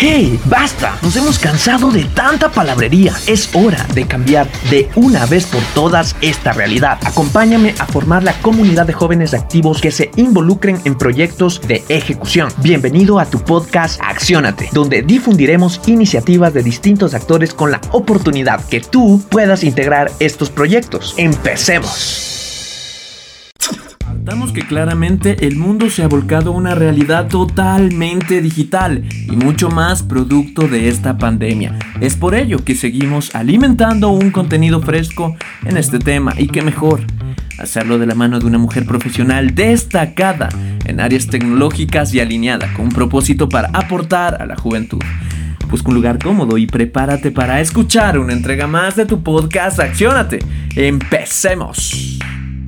¡Hey! ¡Basta! Nos hemos cansado de tanta palabrería. Es hora de cambiar de una vez por todas esta realidad. Acompáñame a formar la comunidad de jóvenes activos que se involucren en proyectos de ejecución. Bienvenido a tu podcast Acciónate, donde difundiremos iniciativas de distintos actores con la oportunidad que tú puedas integrar estos proyectos. ¡Empecemos! Notamos que claramente el mundo se ha volcado a una realidad totalmente digital y mucho más producto de esta pandemia. Es por ello que seguimos alimentando un contenido fresco en este tema, y qué mejor hacerlo de la mano de una mujer profesional destacada en áreas tecnológicas y alineada con un propósito para aportar a la juventud. Busca un lugar cómodo y prepárate para escuchar una entrega más de tu podcast Acciónate. ¡Empecemos!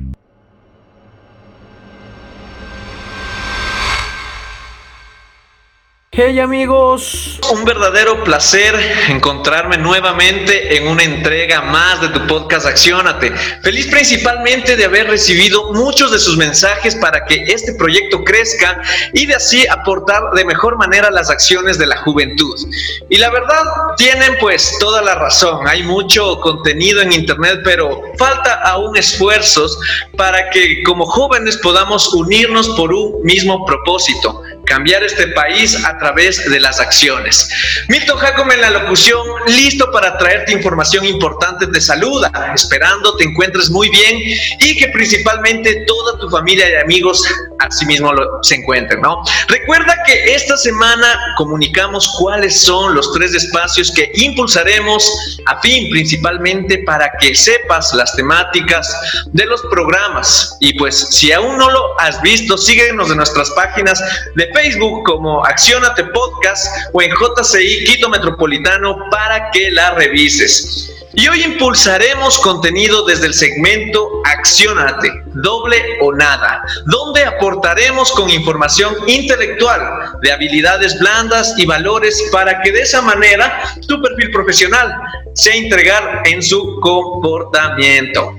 Hey amigos, un verdadero placer encontrarme nuevamente en una entrega más de tu podcast Acciónate. Feliz principalmente de haber recibido muchos de sus mensajes para que este proyecto crezca y de así aportar de mejor manera las acciones de la juventud. Y la verdad, tienen pues toda la razón. Hay mucho contenido en internet, pero falta aún esfuerzos para que como jóvenes podamos unirnos por un mismo propósito: cambiar este país a través de las acciones. Milton Jacome en la locución, listo para traerte información importante. Te saluda, esperando te encuentres muy bien y que principalmente toda tu familia y amigos asimismo se encuentren, ¿no? Recuerda que esta semana comunicamos cuáles son los 3 espacios que impulsaremos a fin principalmente para que sepas las temáticas de los programas. Y pues si aún no lo has visto, síguenos en nuestras páginas de Facebook como Acciónate Podcast o en JCI Quito Metropolitano para que la revises. Y hoy impulsaremos contenido desde el segmento Acciónate, doble o nada, donde aportaremos con información intelectual de habilidades blandas y valores para que de esa manera tu perfil profesional sea integral en su comportamiento.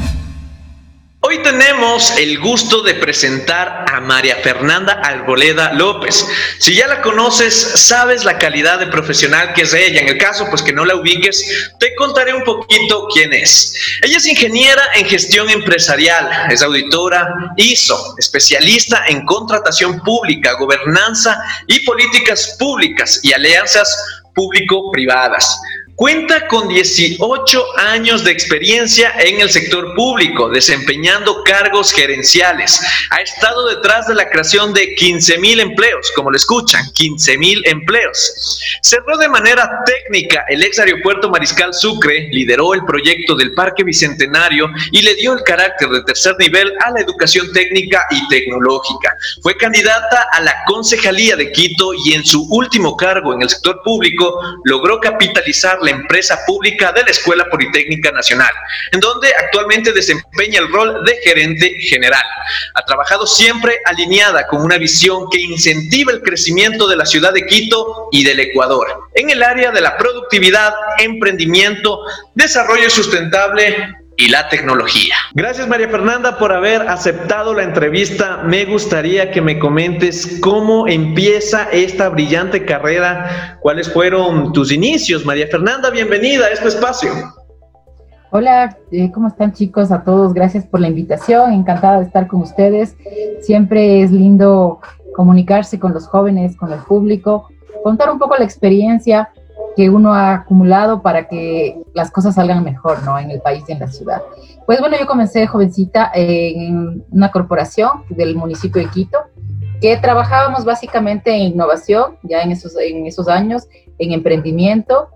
Hoy tenemos el gusto de presentar a María Fernanda Arboleda López. Si ya la conoces, sabes la calidad de profesional que es ella. En el caso, pues que no la ubiques, te contaré un poquito quién es. Ella es ingeniera en gestión empresarial, es auditora ISO, especialista en contratación pública, gobernanza y políticas públicas y alianzas público-privadas. Cuenta con 18 años de experiencia en el sector público, desempeñando cargos gerenciales. Ha estado detrás de la creación de 15,000 empleos, como lo escuchan, 15,000 empleos. Cerró de manera técnica el ex aeropuerto Mariscal Sucre, lideró el proyecto del Parque Bicentenario y le dio el carácter de tercer nivel a la educación técnica y tecnológica. Fue candidata a la Concejalía de Quito y en su último cargo en el sector público logró capitalizar la empresa pública de la Escuela Politécnica Nacional, en donde actualmente desempeña el rol de gerente general. Ha trabajado siempre alineada con una visión que incentiva el crecimiento de la ciudad de Quito y del Ecuador, en el área de la productividad, emprendimiento, desarrollo sustentable y la tecnología. Gracias María Fernanda por haber aceptado la entrevista. Me gustaría que me comentes cómo empieza esta brillante carrera, cuáles fueron tus inicios. María Fernanda, bienvenida a este espacio. Hola, ¿cómo están chicos? A todos, gracias por la invitación, encantada de estar con ustedes. Siempre es lindo comunicarse con los jóvenes, con el público, contar un poco la experiencia que uno ha acumulado para que las cosas salgan mejor, ¿no? En el país y en la ciudad. Pues bueno, yo comencé jovencita en una corporación del municipio de Quito, que trabajábamos básicamente en innovación, ya en esos años, en emprendimiento,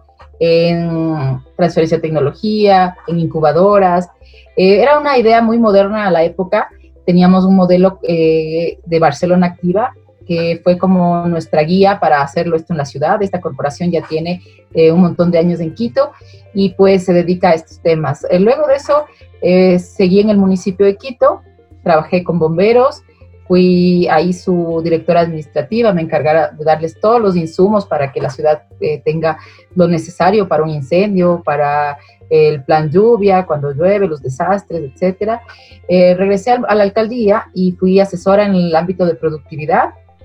en transferencia de tecnología, en incubadoras. Era una idea muy moderna a la época. Teníamos un modelo de Barcelona Activa, que fue como nuestra guía para hacerlo esto en la ciudad. Esta corporación ya tiene un montón de años en Quito y pues se dedica a estos temas. Luego de eso, seguí en el municipio de Quito, trabajé con bomberos, fui ahí su directora administrativa, me encargaba de darles todos los insumos para que la ciudad tenga lo necesario para un incendio, para el plan lluvia, cuando llueve, los desastres, etcétera. Regresé a la alcaldía y fui asesora en el ámbito de productividad.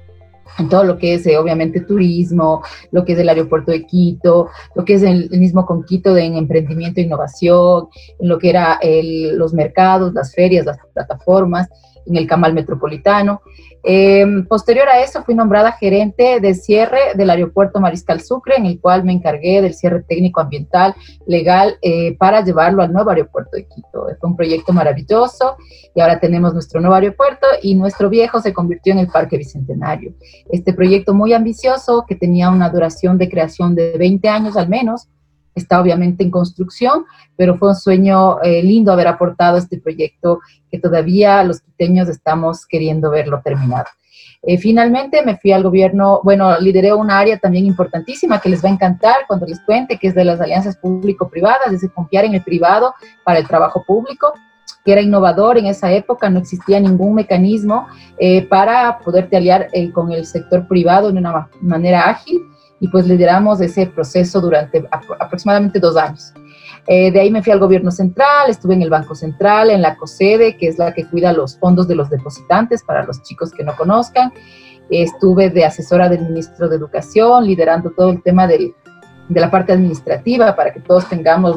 en todo lo que es obviamente turismo, lo que es el aeropuerto de Quito, lo que es el mismo con Quito en emprendimiento e innovación, en lo que era los mercados, las ferias, las plataformas, en el Camal Metropolitano. Posterior a eso fui nombrada gerente de cierre del aeropuerto Mariscal Sucre, en el cual me encargué del cierre técnico ambiental legal para llevarlo al nuevo aeropuerto de Quito. Fue un proyecto maravilloso y ahora tenemos nuestro nuevo aeropuerto y nuestro viejo se convirtió en el Parque Bicentenario. Este proyecto muy ambicioso que tenía una duración de creación de 20 años al menos, está obviamente en construcción, pero fue un sueño lindo haber aportado este proyecto que todavía los quiteños estamos queriendo verlo terminado. Finalmente me fui al gobierno, bueno, lideré una área también importantísima que les va a encantar cuando les cuente, que es de las alianzas público-privadas, es de confiar en el privado para el trabajo público, que era innovador en esa época, no existía ningún mecanismo para poderte aliar con el sector privado de una manera ágil, y pues lideramos ese proceso durante aproximadamente 2 años. De ahí me fui al gobierno central, estuve en el Banco Central, en la COSEDE, que es la que cuida los fondos de los depositantes para los chicos que no conozcan. Estuve de asesora del ministro de Educación, liderando todo el tema de la parte administrativa para que todos tengamos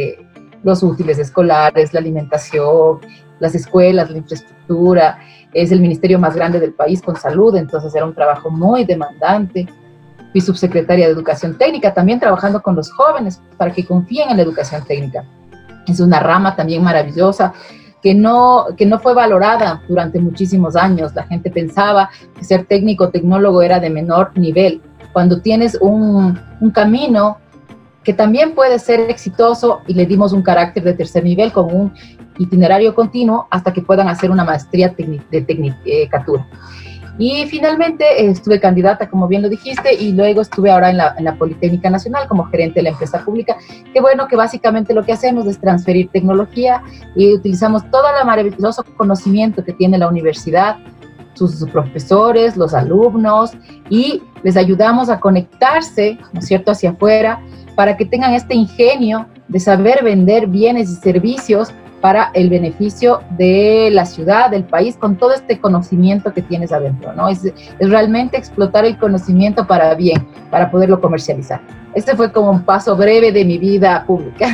los útiles escolares, la alimentación, las escuelas, la infraestructura. Es el ministerio más grande del país con salud, entonces era un trabajo muy demandante. Fui subsecretaria de Educación Técnica, también trabajando con los jóvenes para que confíen en la educación técnica. Es una rama también maravillosa que no fue valorada durante muchísimos años. La gente pensaba que ser técnico o tecnólogo era de menor nivel. Cuando tienes un camino que también puede ser exitoso y le dimos un carácter de tercer nivel con un itinerario continuo hasta que puedan hacer una maestría de tecnicatura. Y finalmente estuve candidata, como bien lo dijiste, y luego estuve ahora en la Politécnica Nacional como gerente de la empresa pública. Qué bueno que básicamente lo que hacemos es transferir tecnología y utilizamos todo el maravilloso conocimiento que tiene la universidad, sus profesores, los alumnos, y les ayudamos a conectarse, ¿no es cierto?, hacia afuera, para que tengan este ingenio de saber vender bienes y servicios para el beneficio de la ciudad, del país, con todo este conocimiento que tienes adentro, ¿no? Es realmente explotar el conocimiento para bien, para poderlo comercializar. Este fue como un paso breve de mi vida pública.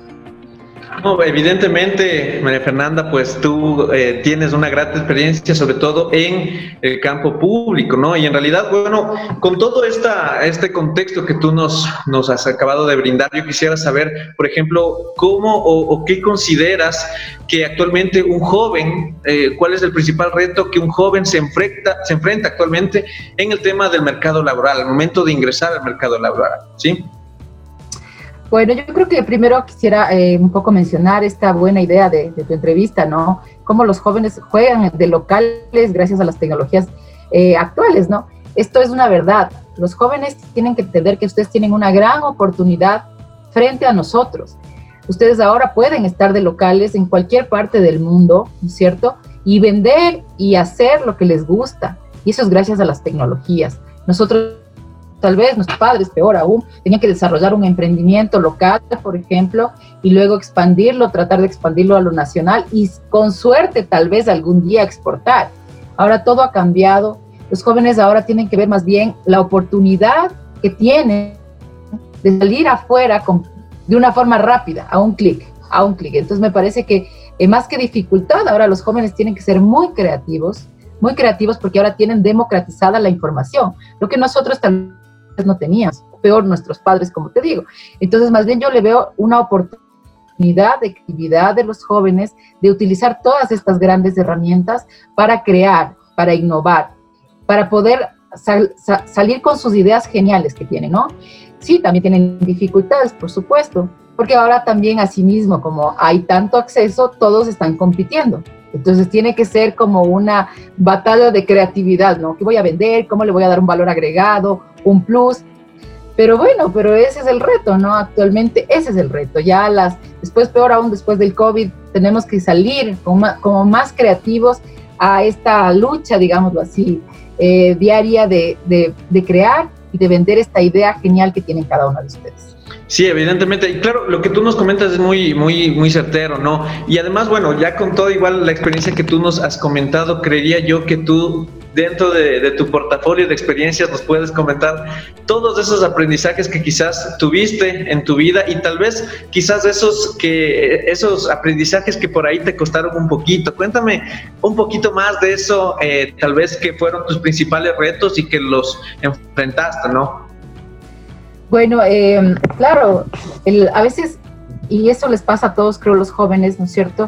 No, evidentemente, María Fernanda, pues tú tienes una gran experiencia, sobre todo en el campo público, ¿no? Y en realidad, bueno, con todo este contexto que tú nos has acabado de brindar, yo quisiera saber, por ejemplo, cómo o qué consideras que actualmente un joven, cuál es el principal reto que un joven se enfrenta actualmente en el tema del mercado laboral, al momento de ingresar al mercado laboral, ¿sí? Bueno, yo creo que primero quisiera un poco mencionar esta buena idea de tu entrevista, ¿no? Cómo los jóvenes juegan de locales gracias a las tecnologías actuales, ¿no? Esto es una verdad. Los jóvenes tienen que entender que ustedes tienen una gran oportunidad frente a nosotros. Ustedes ahora pueden estar de locales en cualquier parte del mundo, ¿no es cierto? Y vender y hacer lo que les gusta. Y eso es gracias a las tecnologías. Nosotros, tal vez nuestros padres, peor aún, tenían que desarrollar un emprendimiento local, por ejemplo, y luego expandirlo, tratar de expandirlo a lo nacional y con suerte tal vez algún día exportar. Ahora todo ha cambiado. Los jóvenes ahora tienen que ver más bien la oportunidad que tienen de salir afuera de una forma rápida, a un clic. Entonces me parece que más que dificultad, ahora los jóvenes tienen que ser muy creativos porque ahora tienen democratizada la información, lo que nosotros tal vez no teníamos, peor nuestros padres, como te digo. Entonces, más bien yo le veo una oportunidad de actividad de los jóvenes de utilizar todas estas grandes herramientas para crear, para innovar, para poder salir con sus ideas geniales que tienen, ¿no? Sí, también tienen dificultades, por supuesto, porque ahora también asimismo, como hay tanto acceso, todos están compitiendo. Entonces tiene que ser como una batalla de creatividad, ¿no? ¿Qué voy a vender? ¿Cómo le voy a dar un valor agregado? ¿Un plus? Pero bueno, pero ese es el reto, ¿no? Actualmente ese es el reto. Ya después, peor aún, después del COVID, tenemos que salir como más creativos a esta lucha, digámoslo así, diaria de crear y de vender esta idea genial que tienen cada uno de ustedes. Sí, evidentemente. Y claro, lo que tú nos comentas es muy certero, ¿no? Y además, bueno, ya con toda igual la experiencia que tú nos has comentado, creería yo que tú dentro de tu portafolio de experiencias nos puedes comentar todos esos aprendizajes que quizás tuviste en tu vida y tal vez quizás esos aprendizajes que por ahí te costaron un poquito. Cuéntame un poquito más de eso, tal vez que fueron tus principales retos y que los enfrentaste, ¿no? Bueno, claro, a veces, y eso les pasa a todos, creo, los jóvenes, ¿no es cierto?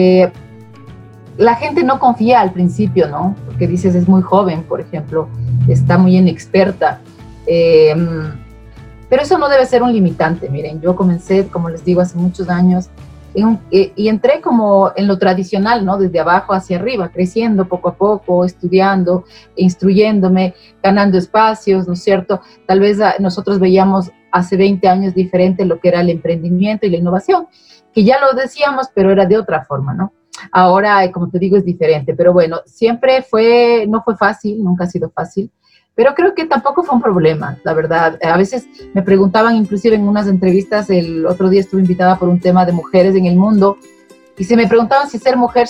La gente no confía al principio, ¿no? Porque dices, es muy joven, por ejemplo, está muy inexperta. Pero eso no debe ser un limitante. Miren, yo comencé, como les digo, hace muchos años y entré como en lo tradicional, ¿no? Desde abajo hacia arriba, creciendo poco a poco, estudiando, instruyéndome, ganando espacios, ¿no es cierto? Tal vez nosotros veíamos hace 20 años diferente lo que era el emprendimiento y la innovación, que ya lo decíamos, pero era de otra forma, ¿no? Ahora, como te digo, es diferente, pero bueno, no fue fácil, nunca ha sido fácil, pero creo que tampoco fue un problema, la verdad. A veces me preguntaban, inclusive en unas entrevistas, el otro día estuve invitada por un tema de mujeres en el mundo, y se me preguntaban si ser mujer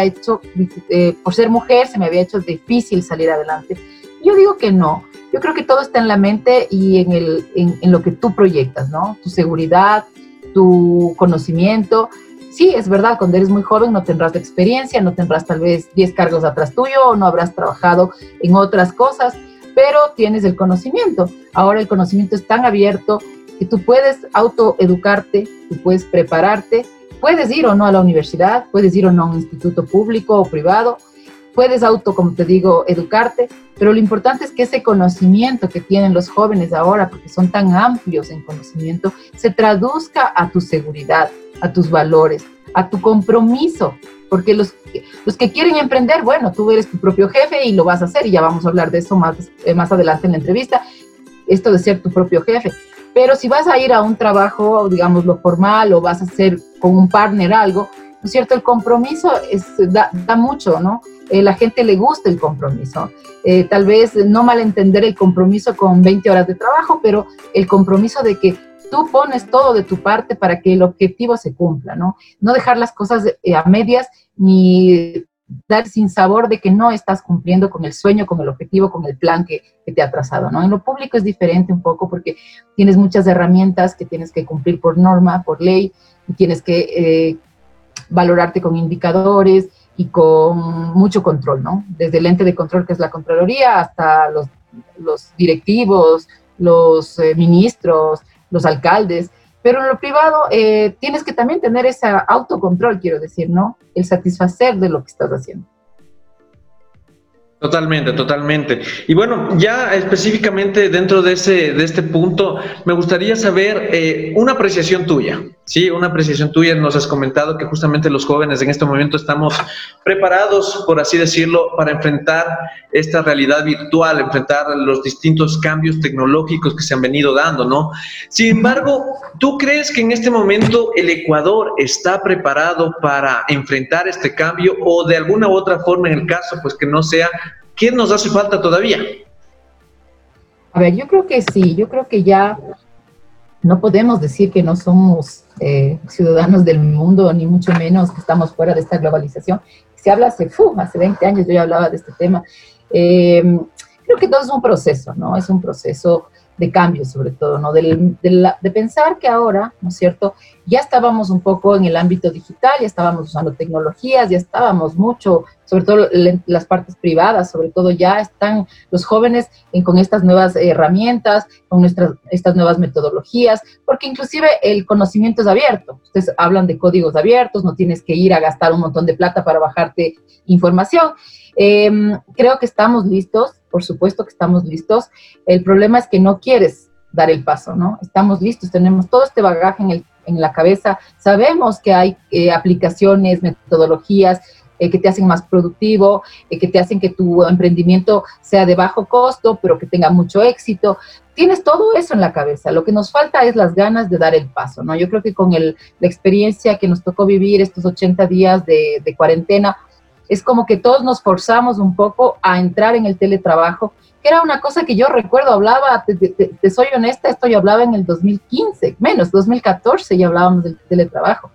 por ser mujer se me había hecho difícil salir adelante. Yo digo que no, yo creo que todo está en la mente y en lo que tú proyectas, ¿no? Tu seguridad, tu conocimiento. Sí, es verdad, cuando eres muy joven no tendrás la experiencia, no tendrás tal vez 10 cargos atrás tuyo, o no habrás trabajado en otras cosas, pero tienes el conocimiento. Ahora el conocimiento es tan abierto que tú puedes autoeducarte, tú puedes prepararte, puedes ir o no a la universidad, puedes ir o no a un instituto público o privado, puedes como te digo, educarte, pero lo importante es que ese conocimiento que tienen los jóvenes ahora, porque son tan amplios en conocimiento, se traduzca a tu seguridad, a tus valores, a tu compromiso, porque los que quieren emprender, bueno, tú eres tu propio jefe y lo vas a hacer, y ya vamos a hablar de eso más adelante en la entrevista, esto de ser tu propio jefe. Pero si vas a ir a un trabajo, digamos, lo formal, o vas a hacer con un partner algo, ¿no es cierto? El compromiso da mucho, ¿no? La gente le gusta el compromiso. Tal vez no malentender el compromiso con 20 horas de trabajo, pero el compromiso de que tú pones todo de tu parte para que el objetivo se cumpla, ¿no? No dejar las cosas a medias ni dar sin sabor de que no estás cumpliendo con el sueño, con el objetivo, con el plan que te ha trazado, ¿no? En lo público es diferente un poco porque tienes muchas herramientas que tienes que cumplir por norma, por ley, y tienes que valorarte con indicadores y con mucho control, ¿no? Desde el ente de control, que es la Contraloría, hasta los directivos, los ministros, los alcaldes. Pero en lo privado tienes que también tener ese autocontrol, quiero decir, ¿no? El satisfacer de lo que estás haciendo. Totalmente, totalmente. Y bueno, ya específicamente dentro de este punto, me gustaría saber una apreciación tuya, ¿sí? Una apreciación tuya. Nos has comentado que justamente los jóvenes en este momento estamos preparados, por así decirlo, para enfrentar esta realidad virtual, enfrentar los distintos cambios tecnológicos que se han venido dando, ¿no? Sin embargo, ¿tú crees que en este momento el Ecuador está preparado para enfrentar este cambio, o de alguna u otra forma, en el caso, pues que no sea, ¿qué nos hace falta todavía? A ver, yo creo que sí, yo creo que ya no podemos decir que no somos ciudadanos del mundo, ni mucho menos que estamos fuera de esta globalización. Se habla hace 20 años, yo ya hablaba de este tema. Creo que todo es un proceso, ¿no? Es un proceso de cambio, sobre todo, ¿no? De pensar que ahora, ¿no es cierto?, ya estábamos un poco en el ámbito digital, ya estábamos usando tecnologías, ya estábamos mucho, sobre todo las partes privadas, sobre todo ya están los jóvenes con estas nuevas herramientas, con estas nuevas metodologías, porque inclusive el conocimiento es abierto. Ustedes hablan de códigos abiertos, no tienes que ir a gastar un montón de plata para bajarte información. Creo que estamos listos, por supuesto que estamos listos. El problema es que no quieres dar el paso, ¿no? Estamos listos, tenemos todo este bagaje en la cabeza, sabemos que hay aplicaciones, metodologías que te hacen más productivo, que te hacen que tu emprendimiento sea de bajo costo, pero que tenga mucho éxito. Tienes todo eso en la cabeza. Lo que nos falta es las ganas de dar el paso, ¿no? Yo creo que con la experiencia que nos tocó vivir estos 80 días de cuarentena, es como que todos nos forzamos un poco a entrar en el teletrabajo, que era una cosa que yo recuerdo, hablaba, te soy honesta, esto yo hablaba en el 2015, menos, 2014 ya hablábamos del teletrabajo,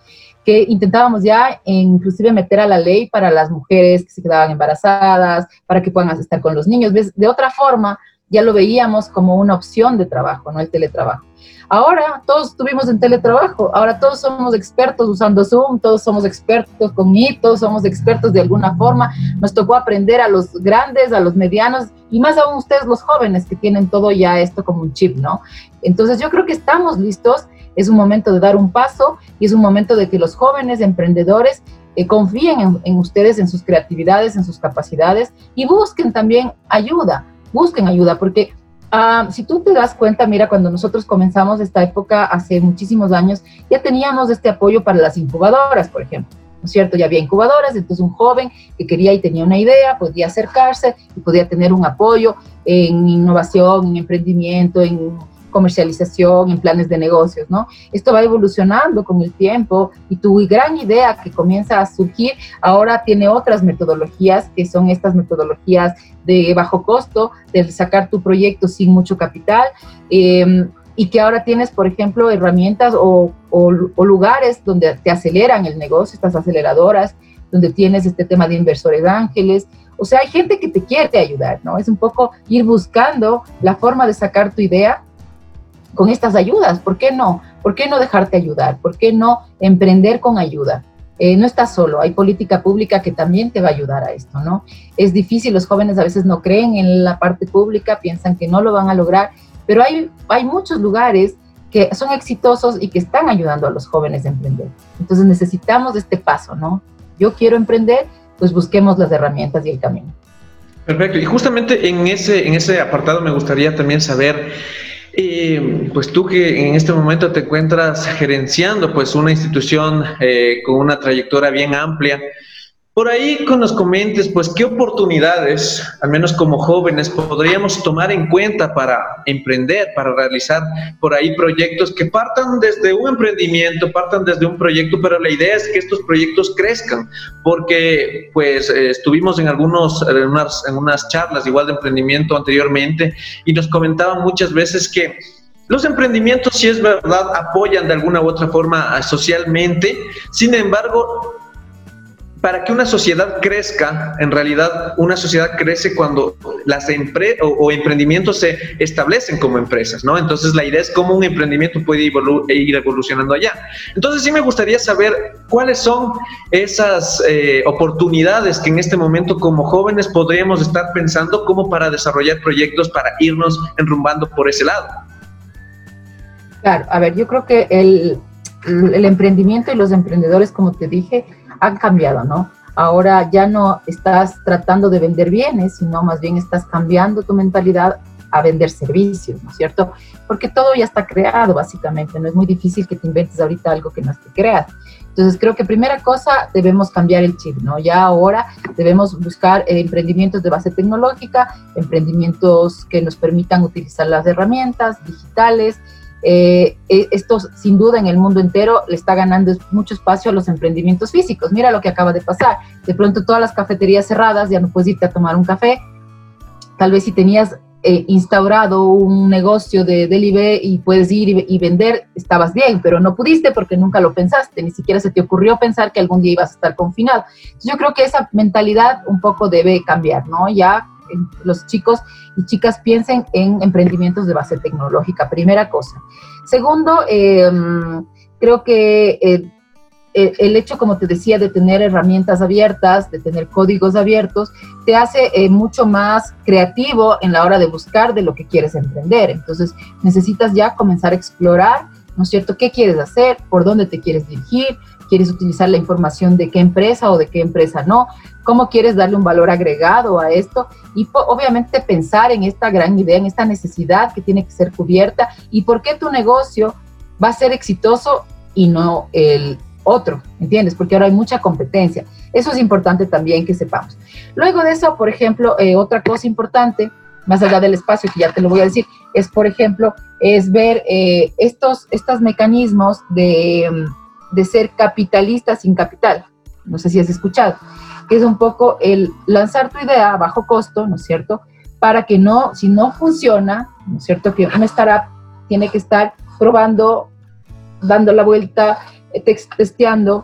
que intentábamos ya inclusive meter a la ley para las mujeres que se quedaban embarazadas, para que puedan estar con los niños. De otra forma, ya lo veíamos como una opción de trabajo, no el teletrabajo. Ahora todos estuvimos en teletrabajo, ahora todos somos expertos usando Zoom, todos somos expertos con Meet, todos somos expertos de alguna forma. Nos tocó aprender a los grandes, a los medianos y más aún ustedes los jóvenes que tienen todo ya esto como un chip, ¿no? Entonces yo creo que estamos listos, es un momento de dar un paso y es un momento de que los jóvenes emprendedores confíen en ustedes, en sus creatividades, en sus capacidades y busquen también ayuda, porque si tú te das cuenta, mira, cuando nosotros comenzamos esta época hace muchísimos años, ya teníamos este apoyo para las incubadoras, por ejemplo, ¿no es cierto? Ya había incubadoras, entonces un joven que quería y tenía una idea, podía acercarse y podía tener un apoyo en innovación, en emprendimiento, en comercialización, en planes de negocios, ¿no? Esto va evolucionando con el tiempo y tu gran idea que comienza a surgir ahora tiene otras metodologías, que son estas metodologías de bajo costo, de sacar tu proyecto sin mucho capital, y que ahora tienes, por ejemplo, herramientas o lugares donde te aceleran el negocio, estas aceleradoras, donde tienes este tema de inversores ángeles. O sea, hay gente que te quiere ayudar, ¿no? Es un poco ir buscando la forma de sacar tu idea con estas ayudas. ¿Por qué no? ¿Por qué no dejarte ayudar? ¿Por qué no emprender con ayuda? No estás solo, hay política pública que también te va a ayudar a esto, ¿no? Es difícil, los jóvenes a veces no creen en la parte pública, piensan que no lo van a lograr, pero hay muchos lugares que son exitosos y que están ayudando a los jóvenes a emprender. Entonces necesitamos este paso, ¿no? Yo quiero emprender, pues busquemos las herramientas y el camino. Perfecto, y justamente en ese apartado me gustaría también saber, pues tú que en este momento te encuentras gerenciando pues una institución con una trayectoria bien amplia, por ahí que nos comentes pues qué oportunidades, al menos como jóvenes, podríamos tomar en cuenta para emprender, para realizar por ahí proyectos que partan desde un emprendimiento, partan desde un proyecto, pero la idea es que estos proyectos crezcan, porque pues estuvimos en unas charlas igual de emprendimiento anteriormente y nos comentaban muchas veces que los emprendimientos, sí es verdad, apoyan de alguna u otra forma socialmente, sin embargo, para que una sociedad crezca, en realidad una sociedad crece cuando las emprendimientos se establecen como empresas, ¿no? Entonces la idea es cómo un emprendimiento puede ir evolucionando allá. Entonces sí me gustaría saber cuáles son esas oportunidades que en este momento como jóvenes podríamos estar pensando como para desarrollar proyectos para irnos enrumbando por ese lado. Claro, a ver, yo creo que el emprendimiento y los emprendedores, como te dije, han cambiado, ¿no? Ahora ya no estás tratando de vender bienes, sino más bien estás cambiando tu mentalidad a vender servicios, ¿no es cierto? Porque todo ya está creado, básicamente. No es muy difícil que te inventes ahorita algo que no esté creado. Entonces, creo que primera cosa, debemos cambiar el chip, ¿no? Ya ahora debemos buscar emprendimientos de base tecnológica, emprendimientos que nos permitan utilizar las herramientas digitales. Esto sin duda en el mundo entero le está ganando mucho espacio a los emprendimientos físicos. Mira lo que acaba de pasar, de pronto todas las cafeterías cerradas, ya no puedes irte a tomar un café. Tal vez si tenías instaurado un negocio de delivery y puedes ir y vender, estabas bien, pero no pudiste porque nunca lo pensaste, ni siquiera se te ocurrió pensar que algún día ibas a estar confinado. Entonces yo creo que esa mentalidad un poco debe cambiar, ¿no? Ya los chicos y chicas piensen en emprendimientos de base tecnológica, primera cosa. Segundo, creo que el hecho, como te decía, de tener herramientas abiertas, de tener códigos abiertos, te hace mucho más creativo en la hora de buscar de lo que quieres emprender. Entonces, necesitas ya comenzar a explorar, ¿no es cierto?, qué quieres hacer, por dónde te quieres dirigir, quieres utilizar la información de qué empresa o de qué empresa no, cómo quieres darle un valor agregado a esto y obviamente pensar en esta gran idea, en esta necesidad que tiene que ser cubierta y por qué tu negocio va a ser exitoso y no el otro, ¿entiendes? Porque ahora hay mucha competencia. Eso es importante también que sepamos. Luego de eso, por ejemplo, otra cosa importante, más allá del espacio, que ya te lo voy a decir, es, por ejemplo, es ver estos mecanismos de ser capitalista sin capital. No sé si has escuchado. Que es un poco el lanzar tu idea a bajo costo, ¿no es cierto? Para que no, si no funciona, ¿no es cierto? Que una startup tiene que estar probando, dando la vuelta, testeando,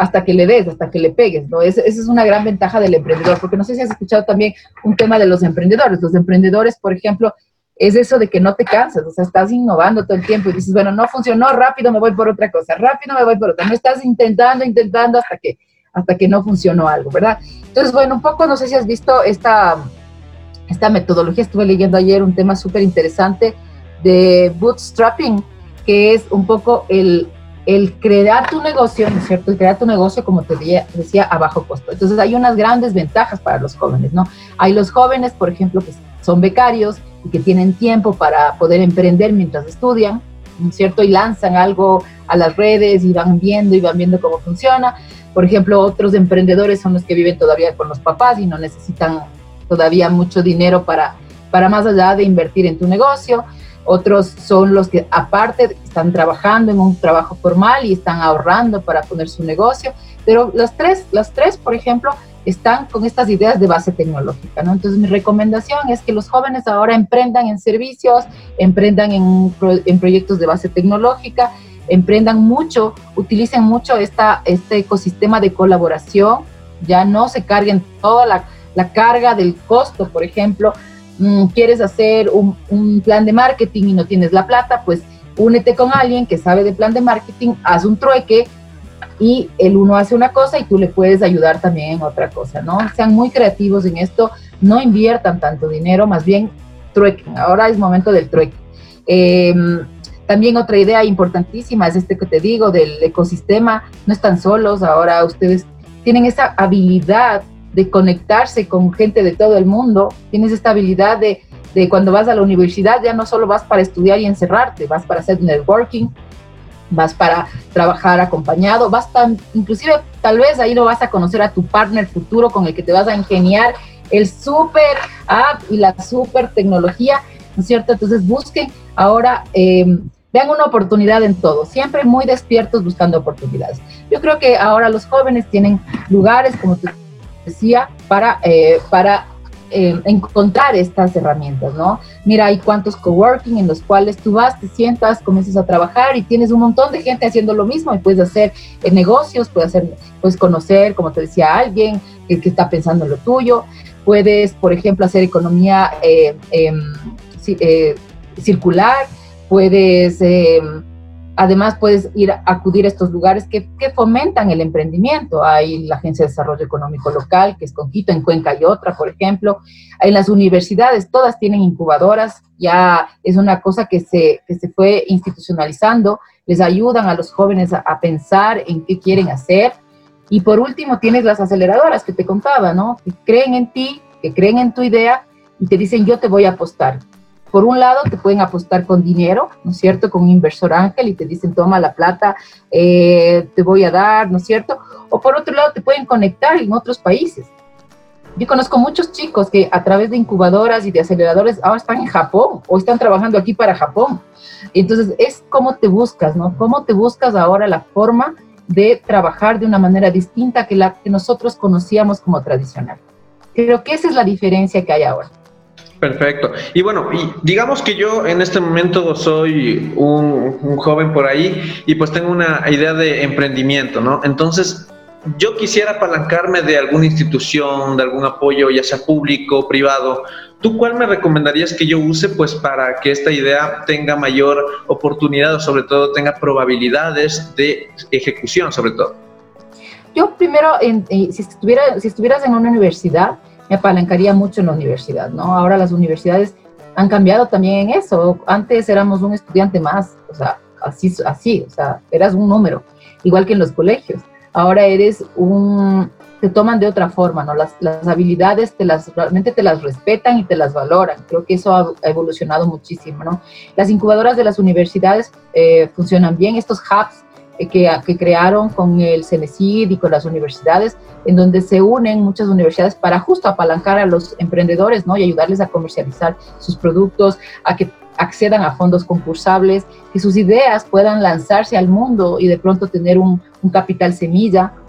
hasta que le des, hasta que le pegues, ¿no? Esa es una gran ventaja del emprendedor, porque no sé si has escuchado también un tema de los emprendedores. Los emprendedores, por ejemplo, es eso de que no te cansas, o sea, estás innovando todo el tiempo y dices, bueno, no funcionó, rápido me voy por otra cosa, rápido me voy por otra. No estás intentando hasta que no funcionó algo, ¿verdad? Entonces, bueno, un poco, no sé si has visto esta metodología. Estuve leyendo ayer un tema súper interesante de bootstrapping, que es un poco el crear tu negocio, ¿no es cierto? El crear tu negocio, como te decía, a bajo costo. Entonces, hay unas grandes ventajas para los jóvenes, ¿no? Hay los jóvenes, por ejemplo, que son becarios y que tienen tiempo para poder emprender mientras estudian, ¿no es cierto? Y lanzan algo a las redes y van viendo cómo funciona. Por ejemplo, otros emprendedores son los que viven todavía con los papás y no necesitan todavía mucho dinero para más allá de invertir en tu negocio. Otros son los que aparte están trabajando en un trabajo formal y están ahorrando para poner su negocio. Pero las tres, por ejemplo, están con estas ideas de base tecnológica, ¿no? Entonces, mi recomendación es que los jóvenes ahora emprendan en servicios, emprendan en proyectos de base tecnológica, emprendan mucho, utilicen mucho este ecosistema de colaboración, ya no se carguen toda la carga del costo. Por ejemplo, quieres hacer un plan de marketing y no tienes la plata, pues únete con alguien que sabe de plan de marketing, haz un trueque y el uno hace una cosa y tú le puedes ayudar también en otra cosa, ¿no? Sean muy creativos en esto, no inviertan tanto dinero, más bien truequen. Ahora es momento del trueque. También otra idea importantísima es que te digo del ecosistema. No están solos, ahora ustedes tienen esa habilidad de conectarse con gente de todo el mundo. Tienes esta habilidad de cuando vas a la universidad ya no solo vas para estudiar y encerrarte, vas para hacer networking, vas para trabajar acompañado, inclusive tal vez ahí lo vas a conocer a tu partner futuro con el que te vas a ingeniar el super app y la super tecnología, ¿no es cierto? Entonces busquen ahora, vean una oportunidad en todo, siempre muy despiertos buscando oportunidades. Yo creo que ahora los jóvenes tienen lugares, como te decía, para encontrar estas herramientas, ¿no? Mira, hay cuantos coworking en los cuales tú vas, te sientas, comienzas a trabajar y tienes un montón de gente haciendo lo mismo y puedes hacer negocios, puedes conocer, como te decía, a alguien que está pensando en lo tuyo, puedes, por ejemplo, hacer economía circular, además puedes acudir a estos lugares que fomentan el emprendimiento. Hay la Agencia de Desarrollo Económico Local, que es con Quito, en Cuenca hay otra, por ejemplo. En las universidades, todas tienen incubadoras, ya es una cosa que se fue institucionalizando, les ayudan a los jóvenes a pensar en qué quieren hacer. Y por último, tienes las aceleradoras que te contaba, ¿no? Que creen en ti, que creen en tu idea y te dicen, yo te voy a apostar. Por un lado, te pueden apostar con dinero, ¿no es cierto?, con un inversor ángel y te dicen, toma la plata, te voy a dar, ¿no es cierto? O por otro lado, te pueden conectar en otros países. Yo conozco muchos chicos que a través de incubadoras y de aceleradores ahora están en Japón o están trabajando aquí para Japón. Entonces, es cómo te buscas, ¿no? Cómo te buscas ahora la forma de trabajar de una manera distinta que la que nosotros conocíamos como tradicional. Creo que esa es la diferencia que hay ahora. Perfecto. Y bueno, y digamos que yo en este momento soy un joven por ahí y pues tengo una idea de emprendimiento, ¿no? Entonces, yo quisiera apalancarme de alguna institución, de algún apoyo, ya sea público, privado. ¿Tú cuál me recomendarías que yo use pues para que esta idea tenga mayor oportunidad o sobre todo tenga probabilidades de ejecución, sobre todo? Yo primero, si estuvieras en una universidad, me apalancaría mucho en la universidad, ¿no? Ahora las universidades han cambiado también en eso. Antes éramos un estudiante más, o sea, así, o sea, eras un número, igual que en los colegios. Ahora te toman de otra forma, ¿no? Las habilidades realmente te las respetan y te las valoran. Creo que eso ha evolucionado muchísimo, ¿no? Las incubadoras de las universidades funcionan bien, estos hubs que crearon con el CENESID y con las universidades, en donde se unen muchas universidades para justo apalancar a los emprendedores, ¿no? Y ayudarles a comercializar sus productos, a que accedan a fondos concursables, que sus ideas puedan lanzarse al mundo y de pronto tener un capital semilla.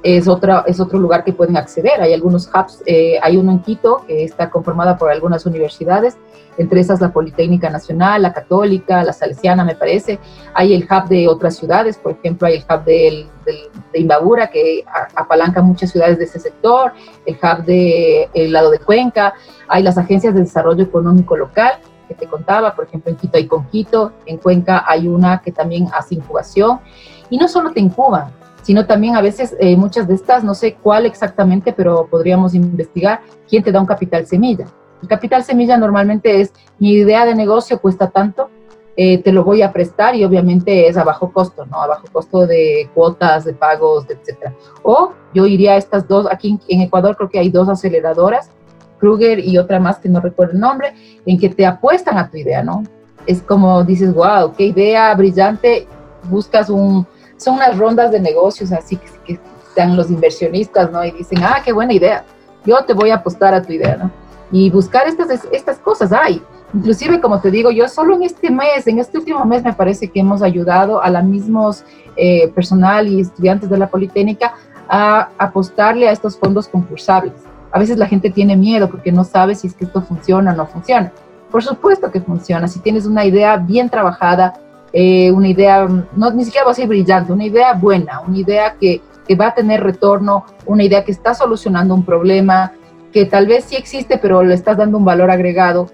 es otro lugar que pueden acceder. Hay algunos hubs, hay uno en Quito que está conformada por algunas universidades, entre esas la Politécnica Nacional, la Católica, la Salesiana, me parece. Hay el hub de otras ciudades, por ejemplo, hay el hub de Imbabura, que apalanca muchas ciudades de ese sector, el hub del lado de Cuenca, hay las agencias de desarrollo económico local, que te contaba, por ejemplo, en Quito hay Conquito, en Cuenca hay una que también hace incubación, y no solo te incuban, sino también a veces muchas de estas, no sé cuál exactamente, pero podríamos investigar quién te da un capital semilla. El capital semilla normalmente es, mi idea de negocio cuesta tanto, te lo voy a prestar y obviamente es a bajo costo, ¿no? A bajo costo de cuotas, de pagos, etcétera. O yo iría a estas dos, aquí en Ecuador creo que hay dos aceleradoras, Kruger y otra más que no recuerdo el nombre, en que te apuestan a tu idea, ¿no? Es como dices, wow, qué idea brillante, buscas son unas rondas de negocios así que están los inversionistas, ¿no? Y dicen, qué buena idea, yo te voy a apostar a tu idea, ¿no? Y buscar estas cosas hay. Inclusive, como te digo, yo solo en este último mes me parece que hemos ayudado a la mismos personal y estudiantes de la Politécnica a apostarle a estos fondos concursables. A veces la gente tiene miedo porque no sabe si es que esto funciona o no funciona. Por supuesto que funciona. Si tienes una idea bien trabajada, una idea, ni siquiera va a ser brillante, una idea buena, una idea que va a tener retorno, una idea que está solucionando un problema, que tal vez sí existe, pero le estás dando un valor agregado.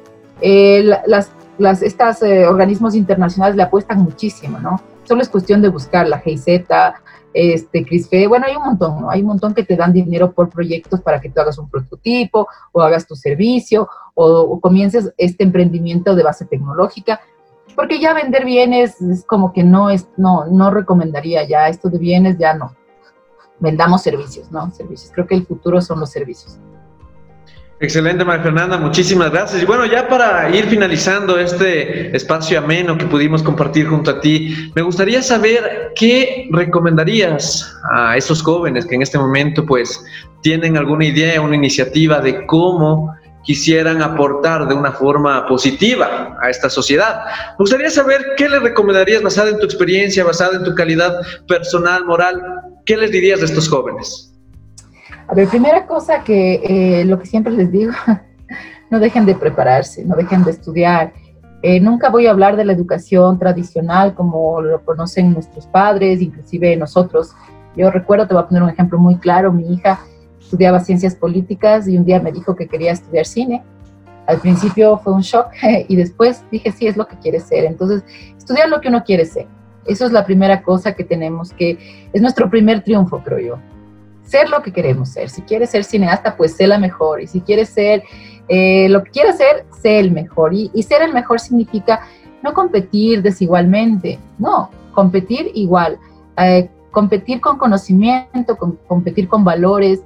Estos organismos internacionales le apuestan muchísimo, ¿no? Solo es cuestión de buscar la GIZ, CRISFE, bueno, hay un montón, ¿no? Hay un montón que te dan dinero por proyectos para que tú hagas un prototipo, o hagas tu servicio, o comiences este emprendimiento de base tecnológica, porque ya vender bienes es como que no recomendaría ya, esto de bienes ya no. Vendamos servicios, ¿no? Servicios. Creo que el futuro son los servicios. Excelente, María Fernanda, muchísimas gracias. Y bueno, ya para ir finalizando este espacio ameno que pudimos compartir junto a ti, me gustaría saber qué recomendarías a esos jóvenes que en este momento pues tienen alguna idea, una iniciativa de cómo quisieran aportar de una forma positiva a esta sociedad. Me gustaría saber qué les recomendarías basada en tu experiencia, basada en tu calidad personal, moral, ¿qué les dirías de estos jóvenes? A ver, primera cosa que lo que siempre les digo, no dejen de prepararse, no dejen de estudiar. Nunca voy a hablar de la educación tradicional como lo conocen nuestros padres, inclusive nosotros. Yo recuerdo, te voy a poner un ejemplo muy claro, mi hija estudiaba ciencias políticas y un día me dijo que quería estudiar cine. Al principio fue un shock y después dije, sí, es lo que quiere ser. Entonces, estudiar lo que uno quiere ser. Eso es la primera cosa que tenemos, que es nuestro primer triunfo, creo yo. Ser lo que queremos ser. Si quieres ser cineasta, pues sé la mejor. Y si quieres ser lo que quieras ser, sé el mejor. Y ser el mejor significa no competir desigualmente, no, competir igual. Competir con conocimiento, competir con valores,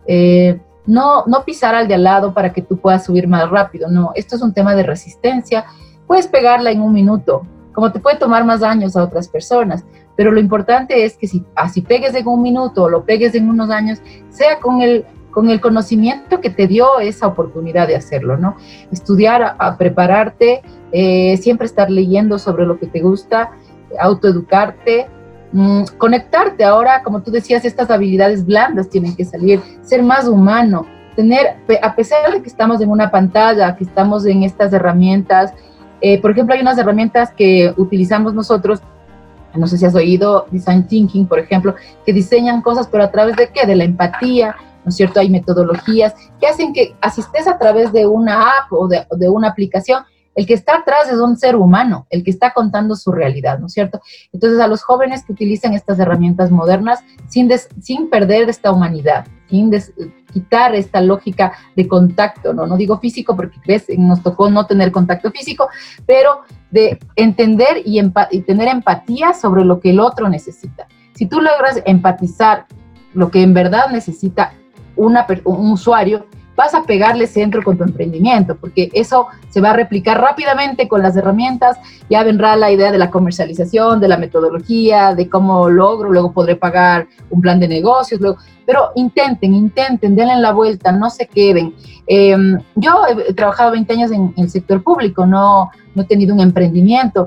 no pisar al de al lado para que tú puedas subir más rápido, no. Esto es un tema de resistencia. Puedes pegarla en un minuto, como te puede tomar más años a otras personas. Pero lo importante es que si pegues en un minuto o lo pegues en unos años, sea con el conocimiento que te dio esa oportunidad de hacerlo, ¿no? Estudiar, a prepararte, siempre estar leyendo sobre lo que te gusta, autoeducarte, conectarte. Ahora, como tú decías, estas habilidades blandas tienen que salir, ser más humano, a pesar de que estamos en una pantalla, que estamos en estas herramientas, por ejemplo, hay unas herramientas que utilizamos nosotros. No sé si has oído Design Thinking, por ejemplo, que diseñan cosas, pero a través de ¿qué? De la empatía, ¿no es cierto? Hay metodologías que hacen que asistes a través de una app o de una aplicación. El que está atrás es un ser humano, el que está contando su realidad, ¿no es cierto? Entonces, a los jóvenes que utilizan estas herramientas modernas, sin perder esta humanidad, sin quitar esta lógica de contacto, ¿no? No digo físico porque nos tocó no tener contacto físico, pero de entender y tener empatía sobre lo que el otro necesita. Si tú logras empatizar lo que en verdad necesita un usuario, vas a pegarle centro con tu emprendimiento, porque eso se va a replicar rápidamente con las herramientas. Ya vendrá la idea de la comercialización, de la metodología, de cómo luego podré pagar un plan de negocios, pero intenten, denle la vuelta, no se queden. Yo he trabajado 20 años en el sector público, no he tenido un emprendimiento,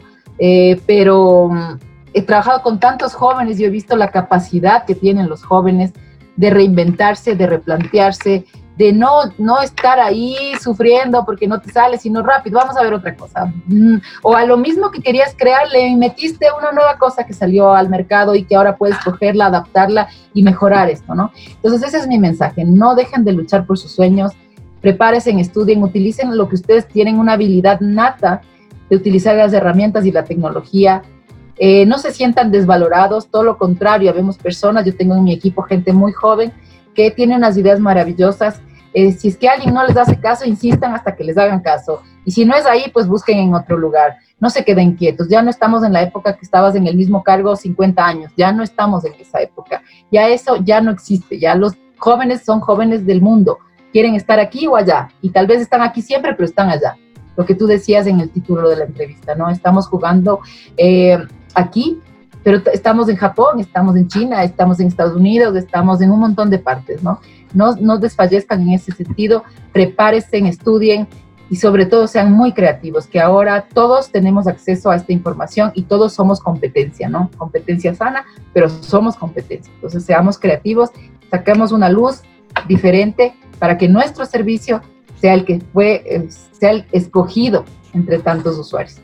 pero he trabajado con tantos jóvenes y he visto la capacidad que tienen los jóvenes de reinventarse, de replantearse, de no estar ahí sufriendo porque no te sale, sino rápido, vamos a ver otra cosa. O a lo mismo que querías crear, le metiste una nueva cosa que salió al mercado y que ahora puedes cogerla, adaptarla y mejorar esto, ¿no? Entonces ese es mi mensaje, no dejen de luchar por sus sueños, prepárense, estudien, utilicen lo que ustedes tienen, una habilidad nata de utilizar las herramientas y la tecnología. No se sientan desvalorados, todo lo contrario, habemos personas, yo tengo en mi equipo gente muy joven que tiene unas ideas maravillosas. Si es que alguien no les hace caso, insistan hasta que les hagan caso. Y si no es ahí, pues busquen en otro lugar. No se queden quietos. Ya no estamos en la época que estabas en el mismo cargo 50 años. Ya no estamos en esa época. Ya eso ya no existe. Ya los jóvenes son jóvenes del mundo. Quieren estar aquí o allá. Y tal vez están aquí siempre, pero están allá. Lo que tú decías en el título de la entrevista, ¿no? Estamos jugando aquí, pero estamos en Japón, estamos en China, estamos en Estados Unidos, estamos en un montón de partes, ¿no? No desfallezcan en ese sentido, prepárense, estudien y sobre todo sean muy creativos, que ahora todos tenemos acceso a esta información y todos somos competencia, ¿no? Competencia sana, pero somos competencia. Entonces seamos creativos, saquemos una luz diferente para que nuestro servicio sea el que sea el escogido entre tantos usuarios.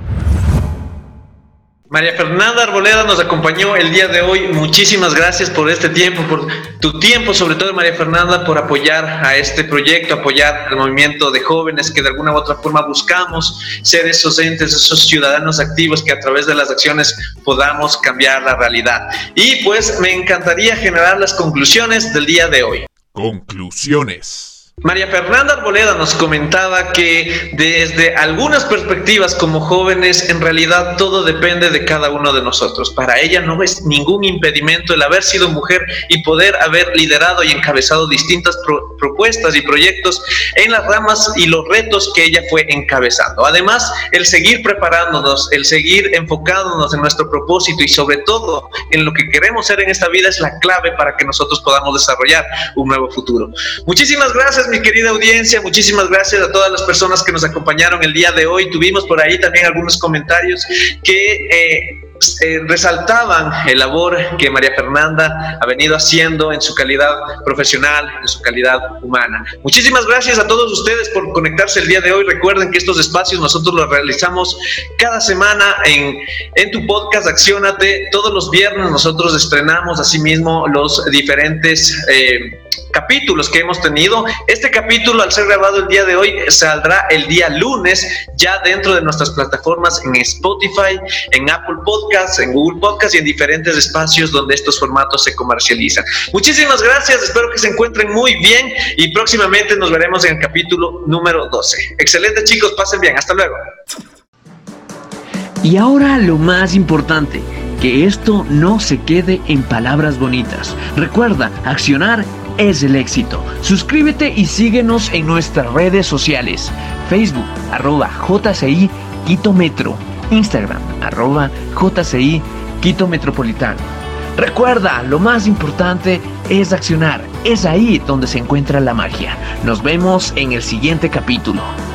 María Fernanda Arboleda nos acompañó el día de hoy. Muchísimas gracias por este tiempo, por tu tiempo, sobre todo María Fernanda, por apoyar a este proyecto, apoyar al movimiento de jóvenes que de alguna u otra forma buscamos ser esos entes, esos ciudadanos activos que a través de las acciones podamos cambiar la realidad. Y pues me encantaría generar las conclusiones del día de hoy. Conclusiones. María Fernanda Arboleda nos comentaba que desde algunas perspectivas como jóvenes, en realidad todo depende de cada uno de nosotros. Para ella no es ningún impedimento el haber sido mujer y poder haber liderado y encabezado distintas propuestas y proyectos en las ramas y los retos que ella fue encabezando. Además, el seguir preparándonos, el seguir enfocándonos en nuestro propósito y sobre todo en lo que queremos ser en esta vida es la clave para que nosotros podamos desarrollar un nuevo futuro. Muchísimas gracias, mi querida audiencia, muchísimas gracias a todas las personas que nos acompañaron el día de hoy. Tuvimos por ahí también algunos comentarios que resaltaban el labor que María Fernanda ha venido haciendo en su calidad profesional, en su calidad humana. Muchísimas gracias a todos ustedes por conectarse el día de hoy. Recuerden que estos espacios nosotros los realizamos cada semana en tu podcast Acciónate. Todos los viernes nosotros estrenamos asimismo los diferentes capítulos que hemos tenido. Este capítulo, al ser grabado el día de hoy, saldrá el día lunes ya dentro de nuestras plataformas en Spotify, en Apple Podcasts, en Google Podcasts y en diferentes espacios donde estos formatos se comercializan. Muchísimas gracias, espero que se encuentren muy bien y próximamente nos veremos en el capítulo número 12. Excelente, chicos, pasen bien, hasta luego. Y ahora lo más importante, que esto no se quede en palabras bonitas. Recuerda, accionar es el éxito. Suscríbete y síguenos en nuestras redes sociales. Facebook, @JCI Quito Metro. Instagram, @JCI Quito Metropolitano. Recuerda, lo más importante es accionar. Es ahí donde se encuentra la magia. Nos vemos en el siguiente capítulo.